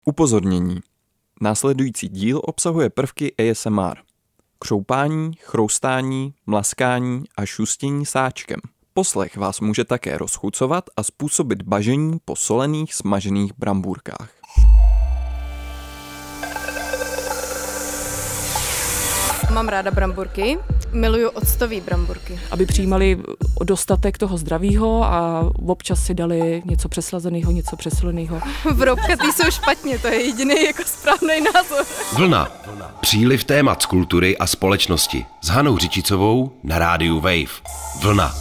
Upozornění. Následující díl obsahuje prvky ASMR. Křoupání, chroustání, mlaskání a šustění sáčkem. Poslech vás může také rozchucovat a způsobit bažení po solených smažených brambůrkách. Mám ráda bramburky, miluju octový bramburky. Aby přijímali dostatek toho zdravýho a občas si dali něco přeslazeného, něco přesleného. Vroubkatý jsou špatně, to je jediný jako správný názor. Vlna. Příliv témat z kultury a společnosti. S Hanou Řičicovou na rádiu Wave. Vlna.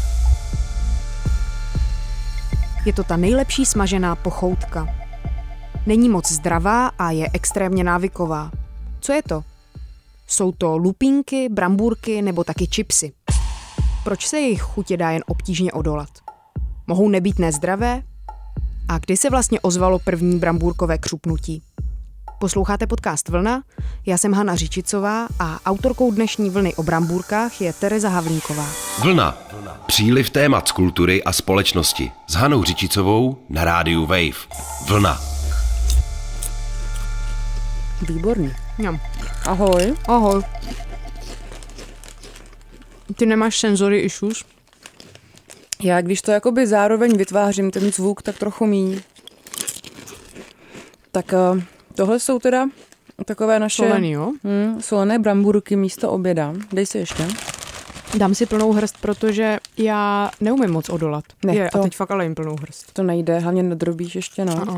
Je to ta nejlepší smažená pochoutka. Není moc zdravá a je extrémně návyková. Co je to? Jsou to lupínky, brambůrky nebo taky chipsy. Proč se jejich chutě dá jen obtížně odolat? Mohou nebýt nezdravé? A kdy se vlastně ozvalo první brambůrkové křupnutí? Posloucháte podcast Vlna? Já jsem Hana Řičicová a autorkou dnešní Vlny o brambůrkách je Tereza Havlíková. Vlna. Příliv témat z kultury a společnosti. S Hanou Řičicovou na rádiu Wave. Vlna. Výborný. No. Ahoj. Ahoj. Ty nemáš sensory issues? Já když to jakoby zároveň vytvářím ten zvuk, tak trochu míň. Tak tohle jsou teda takové naše Solený, jo? Solené brambůrky místo oběda. Dej si ještě. Dám si plnou hrst, protože já neumím moc odolat. A teď fakt ale jim plnou hrst. To nejde, hlavně nedrobíš ještě, no.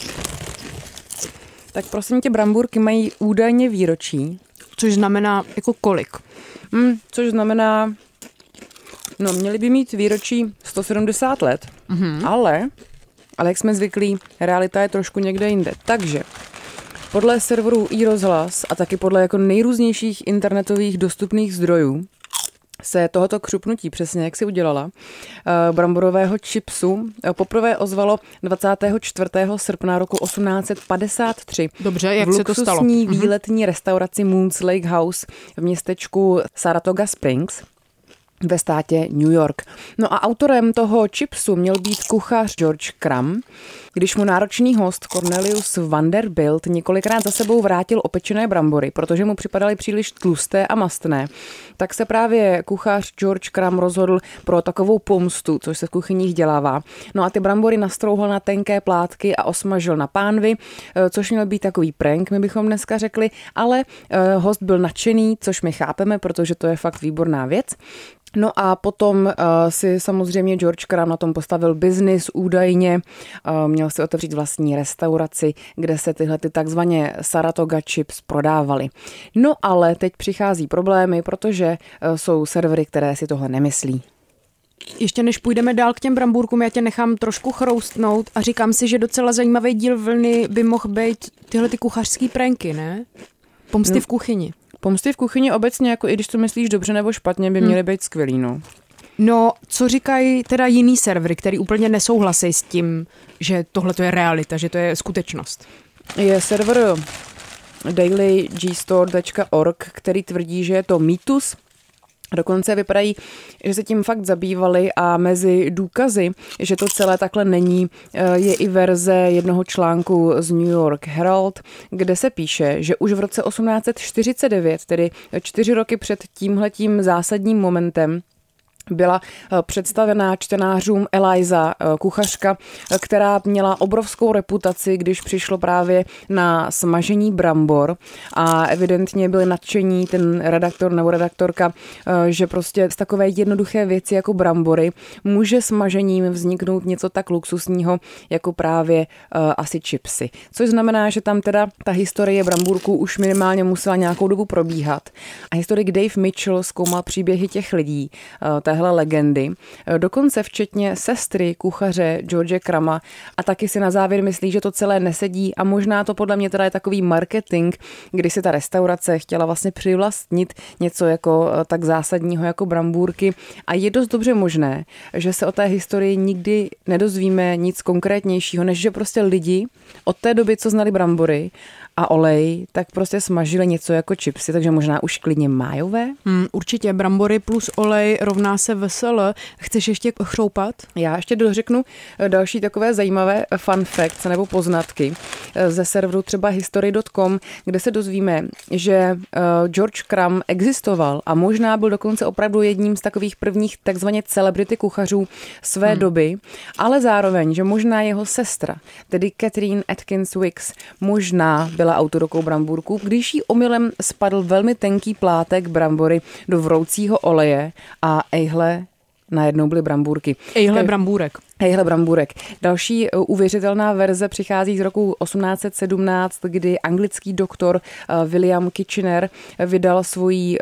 Tak prosím tě, brambůrky mají údajně výročí. Což znamená jako kolik? Což znamená, měli by mít výročí 170 let, ale jak jsme zvyklí, realita je trošku někde jinde. Takže podle serverů iRozhlas a taky podle jako nejrůznějších internetových dostupných zdrojů se tohoto křupnutí, přesně jak si udělala, bramborového chipsu poprvé ozvalo 24. srpna roku 1853. Dobře, jak se to stalo? V luxusní výletní restauraci Moon's Lake House v městečku Saratoga Springs ve státě New York. No a autorem toho chipsu měl být kuchař George Crumb. Když mu náročný host Cornelius Vanderbilt několikrát za sebou vrátil opečené brambory, protože mu připadaly příliš tlusté a mastné, tak se právě kuchař George Crumb rozhodl pro takovou pomstu, což se v kuchyních dělává. No a ty brambory nastrouhal na tenké plátky a osmažil na pánvi, což měl být takový prank, my bychom dneska řekli, ale host byl nadšený, což my chápeme, protože to je fakt výborná věc. No a potom si samozřejmě George Crumb na tom postavil biznis údajně, měl si otevřít vlastní restauraci, kde se tyhle ty takzvaně Saratoga chips prodávaly. No ale teď přichází problémy, protože jsou servery, které si tohle nemyslí. Ještě než půjdeme dál k těm brambůrkům, já tě nechám trošku chroustnout a říkám si, že docela zajímavý díl Vlny by mohl být tyhle ty kuchařský pranky, ne? Pomsty v kuchyni. Pomsty v kuchyni obecně, jako i když to myslíš dobře nebo špatně, by měly být skvělý, no. No, co říkají teda jiný servery, který úplně nesouhlasí s tím, že tohle to je realita, že to je skutečnost? Je server dailygstore.org, který tvrdí, že je to mýtus. Dokonce vypadají, že se tím fakt zabývali a mezi důkazy, že to celé takhle není, je i verze jednoho článku z New York Herald, kde se píše, že už v roce 1849, tedy 4 roky před tímhletím zásadním momentem, byla představená čtenářům Eliza, kuchařka, která měla obrovskou reputaci, když přišlo právě na smažení brambor a evidentně byli nadšení ten redaktor nebo redaktorka, že prostě z takové jednoduché věci jako brambory může smažením vzniknout něco tak luxusního jako právě asi chipsy. Což znamená, že tam teda ta historie brambůrků už minimálně musela nějakou dobu probíhat. A historik Dave Mitchell zkoumal příběhy těch lidí, téhle legendy, dokonce včetně sestry kuchaře George Crumba a taky si na závěr myslí, že to celé nesedí a možná to podle mě teda je takový marketing, kdy si ta restaurace chtěla vlastně přivlastnit něco jako tak zásadního jako brambůrky a je dost dobře možné, že se o té historii nikdy nedozvíme nic konkrétnějšího, než že prostě lidi od té doby, co znali brambory a olej, tak prostě smažili něco jako chipsy, takže možná už klidně májové. Určitě brambory plus olej rovná SVSL. Chceš ještě chroupat? Já ještě dořeknu další takové zajímavé fun facts nebo poznatky ze serveru třeba history.com, kde se dozvíme, že George Crumb existoval a možná byl dokonce opravdu jedním z takových prvních takzvaně celebrity kuchařů své doby, ale zároveň, že možná jeho sestra, tedy Catherine Atkins Wicks, možná byla autorkou bramburků, když jí omylem spadl velmi tenký plátek brambory do vroucího oleje a ejhle, najednou byly brambůrky. Ejhle brambůrek. Ejhle brambůrek. Další uvěřitelná verze přichází z roku 1817, kdy anglický doktor William Kitchener vydal svoji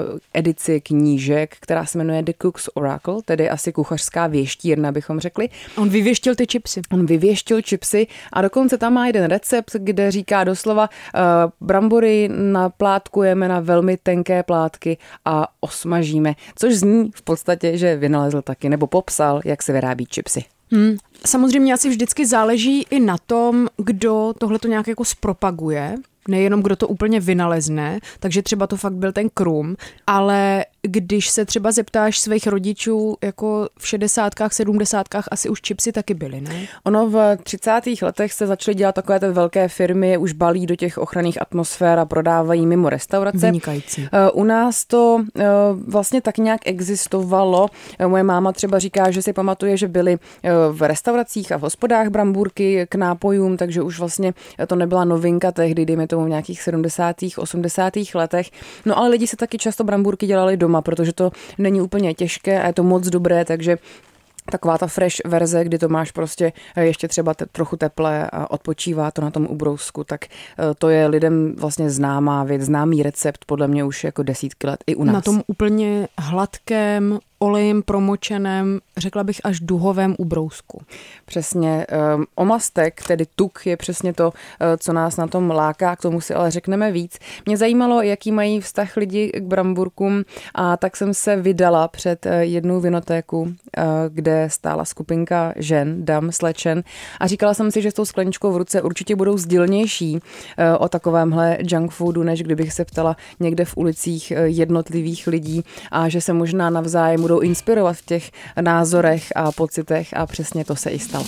edici knížek, která se jmenuje The Cook's Oracle, tedy asi kuchařská věštírna, bychom řekli. On vyvěštil ty chipsy. On vyvěštil chipsy a dokonce tam má jeden recept, kde říká doslova brambory naplátkujeme na velmi tenké plátky a osmažíme, což zní v podstatě, že vynalezl taky nebo popsal, jak se vyrábí chipsy. Samozřejmě asi vždycky záleží i na tom, kdo tohleto nějak jako zpropaguje, nejenom kdo to úplně vynalezne, takže třeba to fakt byl ten Crumb, ale když se třeba zeptáš svých rodičů, jako v 60kách, 70kách asi už chipsy taky byly, ne? Ono v 30. letech se začaly dělat takové ty velké firmy, už balí do těch ochranných atmosfér a prodávají mimo restaurace. Vynikající. U nás to vlastně tak nějak existovalo. Moje máma třeba říká, že si pamatuje, že byly v restauracích a v hospodách brambůrky k nápojům, takže už vlastně to nebyla novinka tehdy, dejme tomu v nějakých 70. 80. letech. No ale lidi se taky často brambůrky dělali doma, protože to není úplně těžké a je to moc dobré, takže taková ta fresh verze, kdy to máš prostě ještě třeba trochu teplé a odpočívá to na tom ubrousku, tak to je lidem vlastně známá věc, známý recept, podle mě už jako desítky let i u nás. Na tom úplně hladkém, olejem promočeném, řekla bych až duhovém ubrousku. Přesně. Omastek, tedy tuk, je přesně to, co nás na tom láká, k tomu si ale řekneme víc. Mě zajímalo, jaký mají vztah lidi k bramburkům a tak jsem se vydala před jednou vinotéku, kde stála skupinka žen, dam, slečen a říkala jsem si, že s tou skleničkou v ruce určitě budou sdílnější o takovémhle junk foodu, než kdybych se ptala někde v ulicích jednotlivých lidí a že se možná navzájem budou inspirovat v těch názorech a pocitech a přesně to se i stalo.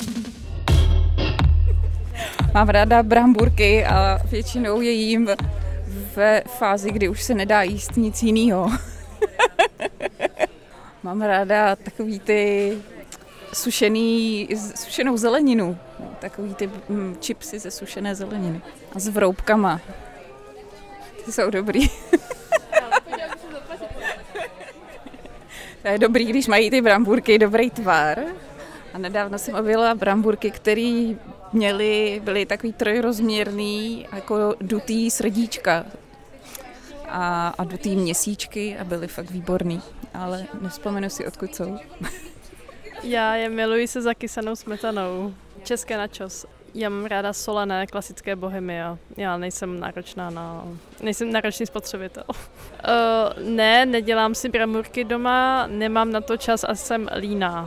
Mám ráda brambůrky a většinou je jím ve fázi, kdy už se nedá jíst nic jiného. Mám ráda takový ty sušenou zeleninu, takový ty chipsy ze sušené zeleniny a s vroubkama. Ty jsou dobrý. To je dobrý, když mají ty brambůrky dobrý tvar. A nedávno jsem objevila brambůrky, které byly takový trojrozměrný, jako dutý srdíčka a dutý měsíčky a byly fakt výborný. Ale nevzpomenu si, odkud jsou. Já je miluji se zakysanou smetanou. České nachos. Já mám ráda solené, klasické bohemia. Já nejsem náročný spotřebitel. Nedělám si bramburky doma, nemám na to čas a jsem líná.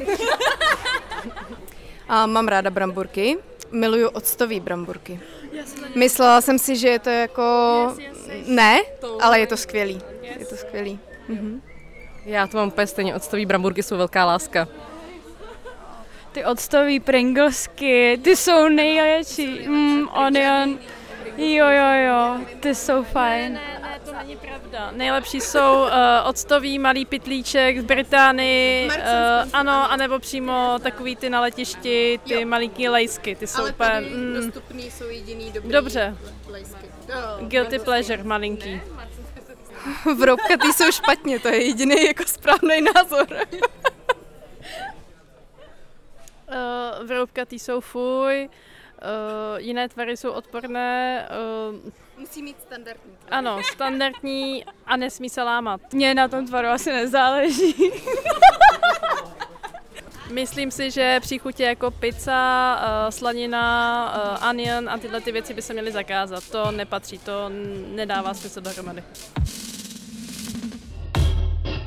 A mám ráda bramburky, miluju octový bramburky. Myslela jsem si, že je to jako... Ne, ale je to skvělý. Je to skvělý. Mhm. Já to mám úplně stejně, octový bramburky jsou velká láska. Ty octový Pringlesky, ty jsou nejlepší. Onion, jo, ty jsou fajn. Ne, to není pravda. Nejlepší jsou octový malý pytlíček z Británii, ano, anebo přímo takový ty na letišti, ty malinký lejsky, ty jsou ale úplně... dostupný jsou jediný dobrý Dobře. lejsky. Guilty pleasure, malinký. Vroubkatý jsou špatně, to je jediný jako správný názor. Vroubkatý jsou fuj, jiné tvary jsou odporné. Musí mít standardní. Ano, standardní a nesmí se lámat. Mně na tom tvaru asi nezáleží. Myslím si, že příchutě jako pizza, slanina, onion a tyhle ty věci by se měly zakázat. To nepatří, to nedává smysl dohromady.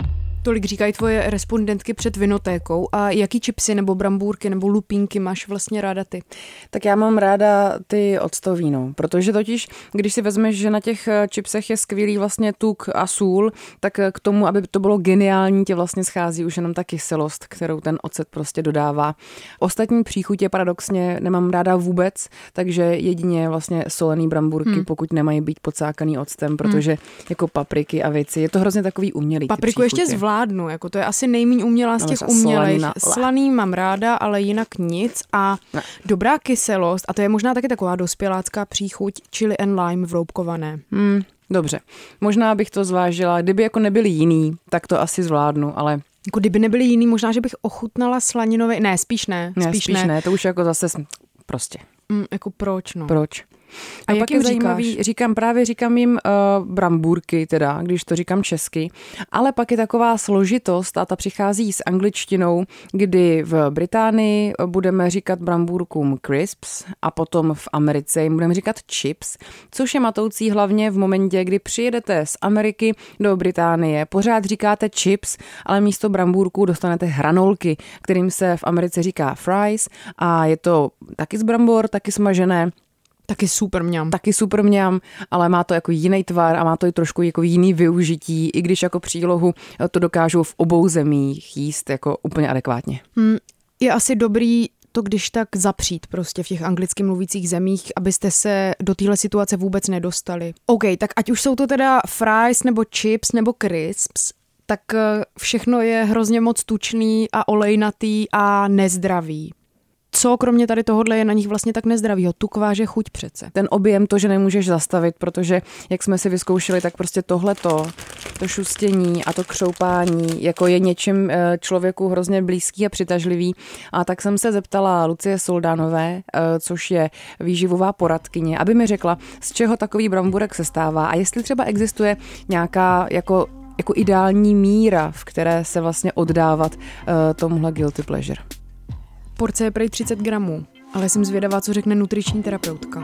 Tolik říkají tvoje respondentky před vinotékou. A jaký chipsy nebo brambůrky nebo lupínky máš vlastně ráda ty? Tak já mám ráda ty octový, no, protože totiž, když si vezmeš, že na těch chipsech je skvělý vlastně tuk a sůl, tak k tomu, aby to bylo geniální, tě vlastně schází už jenom ta kyselost, kterou ten ocet prostě dodává. Ostatní příchutě paradoxně nemám ráda vůbec, takže jedině vlastně solený brambůrky, pokud nemají být podsákaný octem, protože jako papriky a věci, je to hrozně takový umělý. Papriku ještě zvládnu, jako to je asi nejméně umělá z těch umělých. Slaný mám ráda, ale jinak nic a dobrá kyselost a to je možná taky taková dospělácká příchuť chili and lime vroubkované. Dobře, možná bych to zvážila, kdyby jako nebyli jiný, tak to asi zvládnu, ale... Jako kdyby nebyli jiný, možná, že bych ochutnala slaninový, ne, spíš ne. Spíš ne, to už jako zase prostě. Jako proč, no. Proč? A jak jim zajímavý, říkám jim brambůrky teda, když to říkám česky, ale pak je taková složitost a ta přichází s angličtinou, kdy v Británii budeme říkat brambůrkům crisps a potom v Americe jim budeme říkat chips, což je matoucí hlavně v momentě, kdy přijedete z Ameriky do Británie, pořád říkáte chips, ale místo brambůrků dostanete hranolky, kterým se v Americe říká fries a je to taky z brambor, taky smažené. Taky super mňam, ale má to jako jiný tvar a má to i trošku jako jiný využití, i když jako přílohu to dokážou v obou zemích jíst jako úplně adekvátně. Je asi dobrý to když tak zapřít prostě v těch anglicky mluvících zemích, abyste se do téhle situace vůbec nedostali. OK, tak ať už jsou to teda fries nebo chips nebo crisps, tak všechno je hrozně moc tučný a olejnatý a nezdravý. Co kromě tady tohohle je na nich vlastně tak nezdravýho? Tuk váže chuť přece. Ten objem, to, že nemůžeš zastavit, protože jak jsme si vyzkoušeli, tak prostě tohleto, to šustění a to křoupání, jako je něčím člověku hrozně blízký a přitažlivý. A tak jsem se zeptala Lucie Soldánové, což je výživová poradkyně, aby mi řekla, z čeho takový brambůrek sestává a jestli třeba existuje nějaká jako ideální míra, v které se vlastně oddávat tomuhle guilty pleasure. Porce je prej 30 gramů, ale jsem zvědavá, co řekne nutriční terapeutka.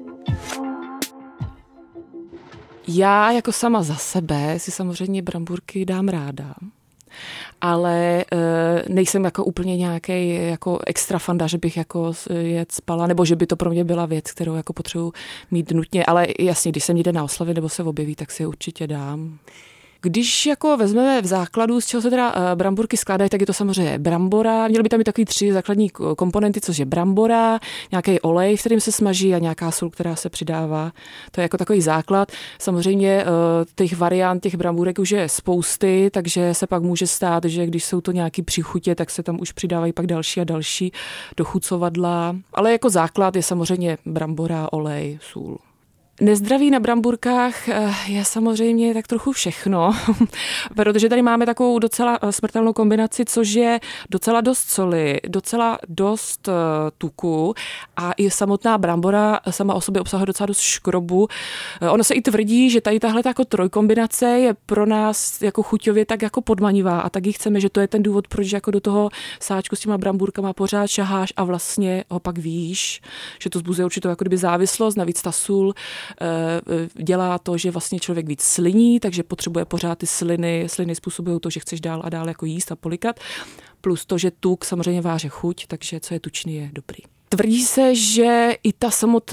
Já jako sama za sebe si samozřejmě brambůrky dám ráda, ale nejsem jako úplně nějaký jako extra fanda, že bych jako je cpala, nebo že by to pro mě byla věc, kterou jako potřebuji mít nutně, ale jasně, když se mi jde na oslavy nebo se objeví, tak si je určitě dám. Když jako vezmeme v základu, z čeho se teda brambůrky skládají, tak je to samozřejmě brambora. Měly by tam být takový 3 základní komponenty, což je brambora, nějaký olej, v kterým se smaží a nějaká sůl, která se přidává. To je jako takový základ. Samozřejmě těch variant těch brambůrek už je spousty, takže se pak může stát, že když jsou to nějaký příchutě, tak se tam už přidávají pak další a další dochucovadla. Ale jako základ je samozřejmě brambora, olej, sůl. Nezdravý na brambůrkách je samozřejmě tak trochu všechno, protože tady máme takovou docela smrtelnou kombinaci, což je docela dost soli, docela dost tuku a i samotná brambora sama o sobě obsahuje docela dost škrobu. Ono se i tvrdí, že tady tahle jako trojkombinace je pro nás jako chuťově tak jako podmanivá a tak ji chceme, že to je ten důvod, proč jako do toho sáčku s těma brambůrkama pořád šaháš a vlastně ho pak víš, že to vzbuzuje určitou jako kdyby závislost, navíc ta sůl dělá to, že vlastně člověk víc sliní, takže potřebuje pořád ty sliny. Sliny způsobují to, že chceš dál a dál jako jíst a polikat. Plus to, že tuk samozřejmě váže chuť, takže co je tučný, je dobrý. Tvrdí se, že i ta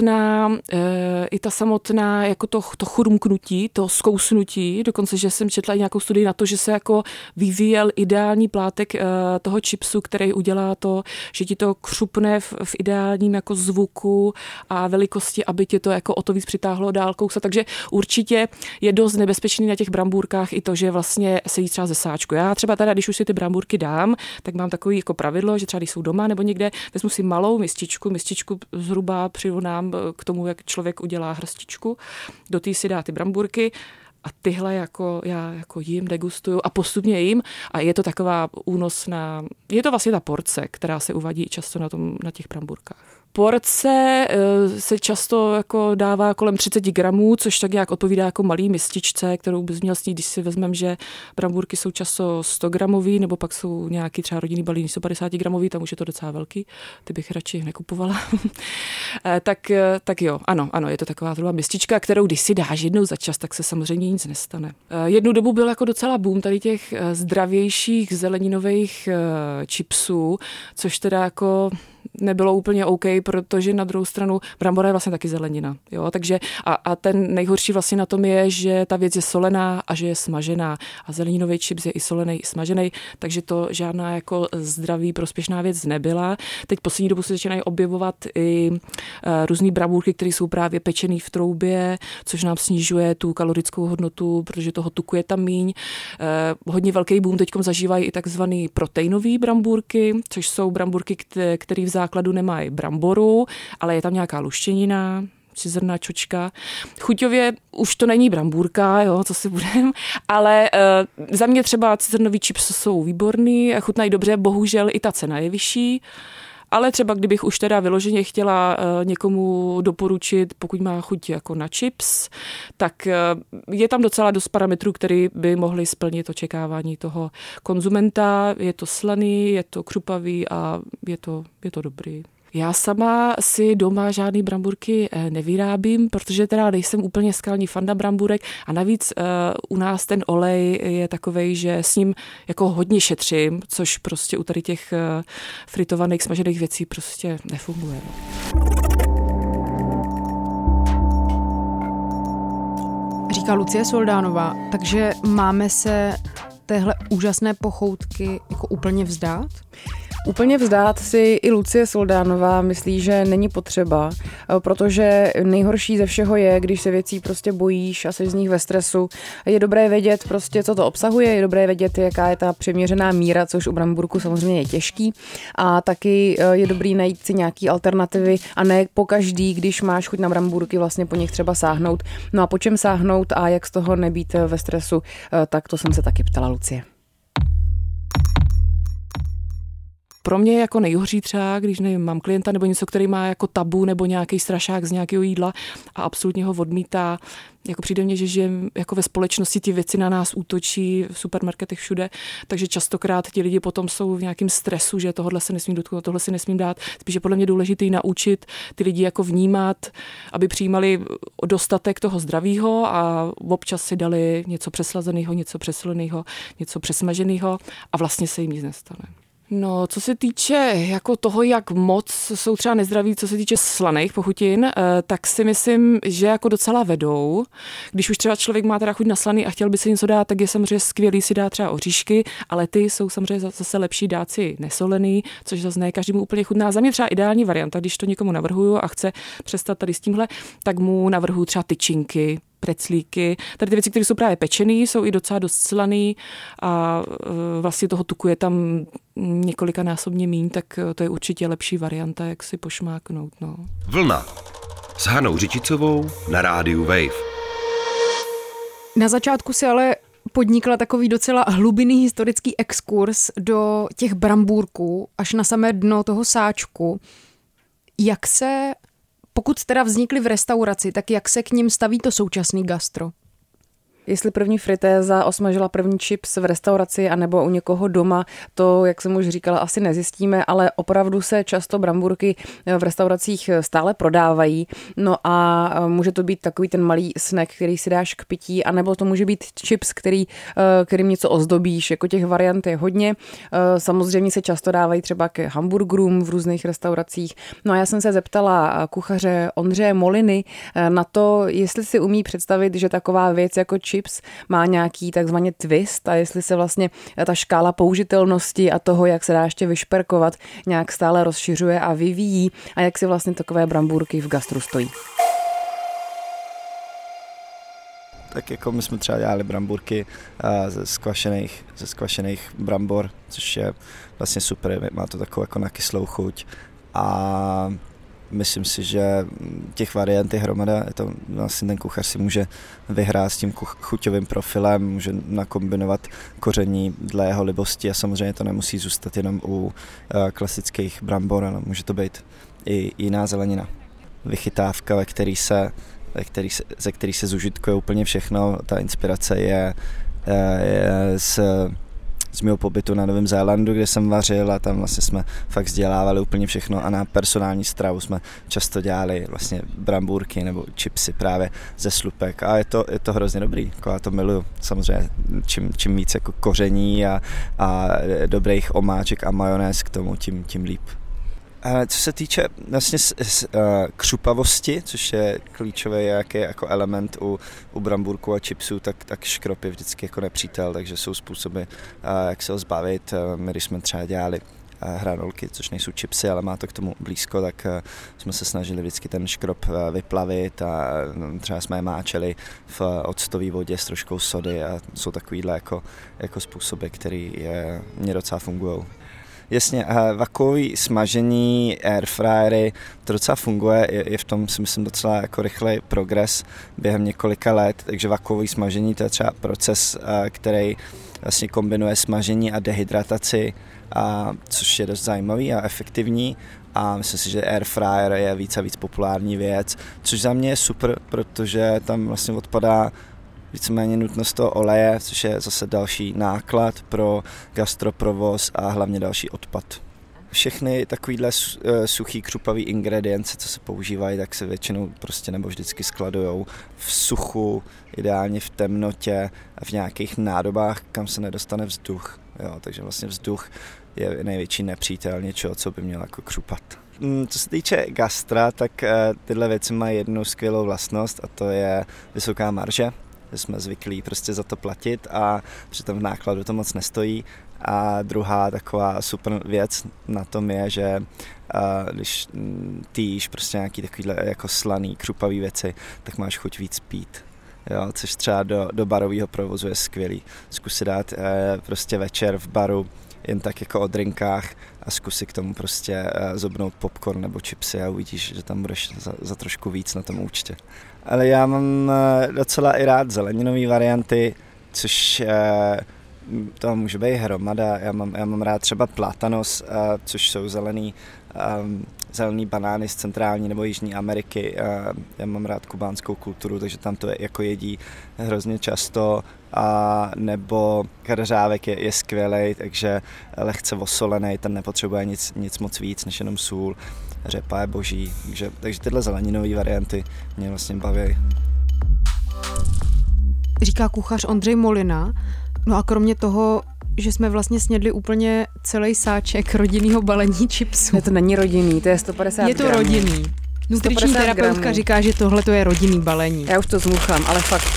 samotná jako to chrumknutí, to zkousnutí, dokonce, že jsem četla i nějakou studii na to, že se jako vyvíjel ideální plátek toho chipsu, který udělá to, že ti to křupne v ideálním jako zvuku a velikosti, aby tě to jako o to víc přitáhlo dál kousat. Takže určitě je dost nebezpečný na těch brambůrkách i to, že vlastně se jí třeba ze sáčku. Já třeba teda, když už si ty brambůrky dám, tak mám takový jako pravidlo, že třeba když jsou doma nebo někde, vezmu si malou mističku zhruba přirovnám k tomu, jak člověk udělá hrstičku. Do té si dá ty brambůrky a tyhle jako já jako jim, degustuju a postupně jim a je to taková únosná, je to vlastně ta porce, která se uvádí často na těch brambůrkách. Porce se často jako dává kolem 30 gramů, což tak nějak odpovídá jako malý mističce, kterou bys měl snít, když si vezmeme, že brambůrky jsou často 100 gramový, nebo pak jsou nějaký třeba rodinný balíny 150 gramový, tam už je to docela velký, ty bych radši nekupovala. tak jo, ano, je to taková zhruba mistička, kterou když si dáš jednou za čas, tak se samozřejmě nic nestane. Jednu dobu byl jako docela boom tady těch zdravějších zeleninových chipsů, což teda jako nebylo úplně OK, protože na druhou stranu brambora je vlastně taky zelenina. Jo? Takže a ten nejhorší vlastně na tom je, že ta věc je solená a že je smažená. A zeleninový chips je i solený, i smažený, takže to žádná jako zdraví prospěšná věc nebyla. Teď poslední dobu se začínají objevovat i různý brambůrky, které jsou právě pečený v troubě, což nám snižuje tu kalorickou hodnotu, protože toho tuku je tam míň. Hodně velký boom teďkom zažívají i takzvaný proteinový brambůrky, což jsou brambůrky, které v základu nemají bramboru, ale je tam nějaká luštěnina, zrna, čočka. Chuťově už to není brambůrka, jo, co si budem, ale za mě třeba cizrnový chips jsou výborný, chutnají dobře, bohužel i ta cena je vyšší. Ale třeba kdybych už teda vyloženě chtěla někomu doporučit, pokud má chuť jako na chips, tak je tam docela dost parametrů, které by mohly splnit očekávání toho konzumenta. Je to slaný, je to křupavý a je to dobrý. Já sama si doma žádný brambůrky nevyrábím, protože teda nejsem úplně skalní fanda brambůrek a navíc u nás ten olej je takovej, že s ním jako hodně šetřím, což prostě u tady těch fritovaných, smažených věcí prostě nefunguje. Říká Lucie Soldánová, takže máme se téhle úžasné pochoutky jako úplně vzdát? Úplně vzdát si i Lucie Soldánová myslí, že není potřeba, protože nejhorší ze všeho je, když se věcí prostě bojíš a jsi z nich ve stresu. Je dobré vědět prostě, co to obsahuje, je dobré vědět, jaká je ta přiměřená míra, což u brambůrku samozřejmě je těžký. A taky je dobrý najít si nějaký alternativy a ne pokaždý, když máš chuť na brambůrky, vlastně po nich třeba sáhnout. No a po čem sáhnout a jak z toho nebýt ve stresu, tak to jsem se taky ptala Lucie. Pro mě je jako nejhoří třeba, když nevím, mám klienta nebo něco, který má jako tabu nebo nějaký strašák z nějakého jídla a absolutně ho odmítá. Jako přijde mně, že žijem jako ve společnosti, ty věci na nás útočí v supermarketech všude, takže častokrát ti lidi potom jsou v nějakém stresu, že tohle se nesmím dotknout, tohle si nesmím dát. Spíš je podle mě důležitý naučit ty lidi jako vnímat, aby přijímali dostatek toho zdravého a občas si dali něco přeslazeného, něco přesoleného, něco přesmaženého a vlastně se jim nic nestane. No, co se týče jako toho, jak moc jsou třeba nezdraví, co se týče slaných pochutin, tak si myslím, že jako docela vedou. Když už třeba člověk má teda chuť na slaný a chtěl by si něco dát, tak je samozřejmě skvělý si dát třeba oříšky, ale ty jsou samozřejmě zase lepší dát si nesolený, což zase ne každému úplně chutná. Za mě třeba ideální varianta, když to někomu navrhuju a chce přestat tady s tímhle, tak mu navrhuju třeba tyčinky, preclíky. Tady ty věci, které jsou právě pečený, jsou i docela dost slaný a vlastně toho tuku je tam několikanásobně míň, tak to je určitě lepší varianta, jak si pošmáknout. No. Vlna s Hanou Řičicovou na rádiu Wave. Na začátku si ale podnikla takový docela hlubinný historický exkurs do těch brambůrků až na samé dno toho sáčku. Jak se, pokud teda vznikly v restauraci, tak jak se k nim staví to současný gastro? Jestli první fritéza osmažila první chips v restauraci anebo u někoho doma, to, jak jsem už říkala, asi nezjistíme, ale opravdu se často brambůrky v restauracích stále prodávají. No a může to být takový ten malý snack, který si dáš k pití, anebo to může být chips, kterým něco ozdobíš, jako těch variant je hodně. Samozřejmě se často dávají třeba k hamburgerům v různých restauracích. No a já jsem se zeptala kuchaře Ondřeje Moliny na to, jestli si umí představit, že taková věc jako chips má nějaký takzvaně twist a jestli se vlastně ta škála použitelnosti a toho, jak se dá ještě vyšperkovat, nějak stále rozšiřuje a vyvíjí a jak si vlastně takové brambůrky v gastru stojí. Tak jako my jsme třeba dělali brambůrky ze skvašených brambor, což je vlastně super, má to takovou jako nakyslou chuť a myslím si, že těch variant je hromada. Je to vlastně ten kuchař si může vyhrát s tím chuťovým profilem, může nakombinovat koření dle jeho libosti a samozřejmě to nemusí zůstat jenom u klasických brambor, ale může to být i jiná zelenina. Vychytávka, ze který se zužitkuje úplně všechno. Ta inspirace je z mého pobytu na Novém Zélandu, kde jsem vařil a tam vlastně jsme fakt vzdělávali úplně všechno a na personální stravu jsme často dělali vlastně brambůrky nebo chipsy právě ze slupek a je to hrozně dobrý, jako já to miluju. Samozřejmě čím víc jako koření a dobrých omáček a majonéz k tomu, tím líp. Co se týče vlastně křupavosti, což je klíčový jaký jako element u brambůrku a chipsů, tak škrop je vždycky jako nepřítel, takže jsou způsoby, jak se ho zbavit. My, když jsme třeba dělali hranolky, což nejsou chipsy, ale má to k tomu blízko, tak jsme se snažili vždycky ten škrop vyplavit a třeba jsme je máčeli v octové vodě s troškou sody a jsou takovýhle jako způsoby, které mě docela fungují. Jasně, vakuový smažení, airfryery, to docela funguje, je v tom si myslím docela jako rychlej progres během několika let, takže vakuový smažení to je třeba proces, který vlastně kombinuje smažení a dehydrataci, což je dost zajímavý a efektivní a myslím si, že airfryer je víc a víc populární věc, což za mě je super, protože tam vlastně odpadá víceméně nutnost toho oleje, což je zase další náklad pro gastroprovoz a hlavně další odpad. Všechny takovýhle suchý křupavý ingredience, co se používají, tak se většinou prostě nebo vždycky skladujou v suchu, ideálně v temnotě a v nějakých nádobách, kam se nedostane vzduch. Jo, takže vlastně vzduch je největší nepřítel něčeho, co by mělo jako křupat. Co se týče gastra, tak tyhle věci mají jednu skvělou vlastnost a to je vysoká marže. Jsme zvyklí prostě za to platit a přitom v nákladu to moc nestojí. A druhá taková super věc na tom je, že když ty jíš prostě nějaký takovýhle jako slaný, křupavý věci, tak máš chuť víc pít. Jo, což třeba do barového provozu je skvělý. Zkus si dát prostě večer v baru jen tak jako o drinkách a zkus si k tomu prostě zobnout popcorn nebo chipsy a uvidíš, že tam budeš za trošku víc na tom účtě. Ale já mám docela i rád zeleninové varianty, což to může být hromada. Já mám rád třeba platanos, což jsou zelený banány z centrální nebo jižní Ameriky. Já mám rád kubánskou kulturu, takže tam to jako jedí hrozně často. A nebo kadeřávek je skvělej, takže lehce osolený, ten nepotřebuje nic moc víc než jenom sůl. Řepa je boží, takže tyhle zeleninové varianty mě vlastně baví. Říká kuchař Ondřej Molina. No a kromě toho, že jsme vlastně snědli úplně celý sáček rodinného balení chipsů. Ne, to není rodinný, to je 150 gramů. Je to rodinný. Nutriční terapeutka říká, že tohle to je rodinný balení. Já už to zmuchám, ale fakt.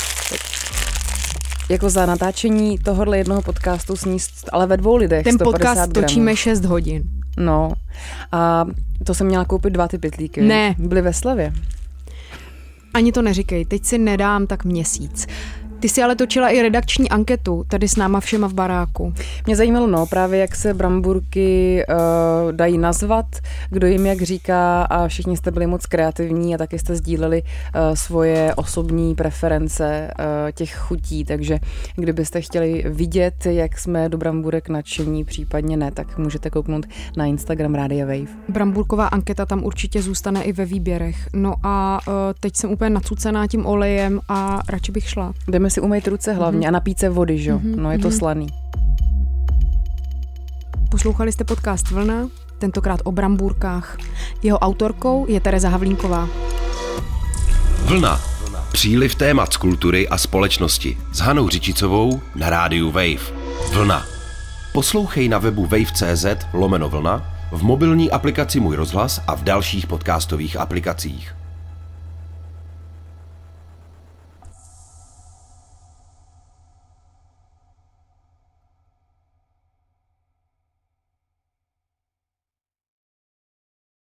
Jako za natáčení tohohle jednoho podcastu sníst, ale ve 2 lidech. Ten 150 podcast gramů. Točíme 6 hodin. No a to jsem měla koupit 2 ty pytlíky. Ne. Byly ve slevě. Ani to neříkej, teď si nedám tak měsíc. Ty jsi ale točila i redakční anketu tady s náma všema v baráku. Mě zajímalo, právě jak se brambůrky dají nazvat, kdo jim jak říká a všichni jste byli moc kreativní a taky jste sdíleli svoje osobní preference těch chutí, takže kdybyste chtěli vidět, jak jsme do brambůrek nadšení, případně ne, tak můžete kouknout na Instagram Rádia Wave. Brambůrková anketa tam určitě zůstane i ve výběrech. No a teď jsem úplně nacucená tím olejem a radši bych šla. Jdeme si umýt ruce hlavně a napít se vody, že? No je to slaný. Poslouchali jste podcast Vlna, tentokrát o brambůrkách. Jeho autorkou je Tereza Havlínková. Vlna. Příliv témat z kultury a společnosti s Hanou Řičicovou na rádiu Wave. Vlna. Poslouchej na webu wave.cz/vlna, v mobilní aplikaci Můj rozhlas a v dalších podcastových aplikacích.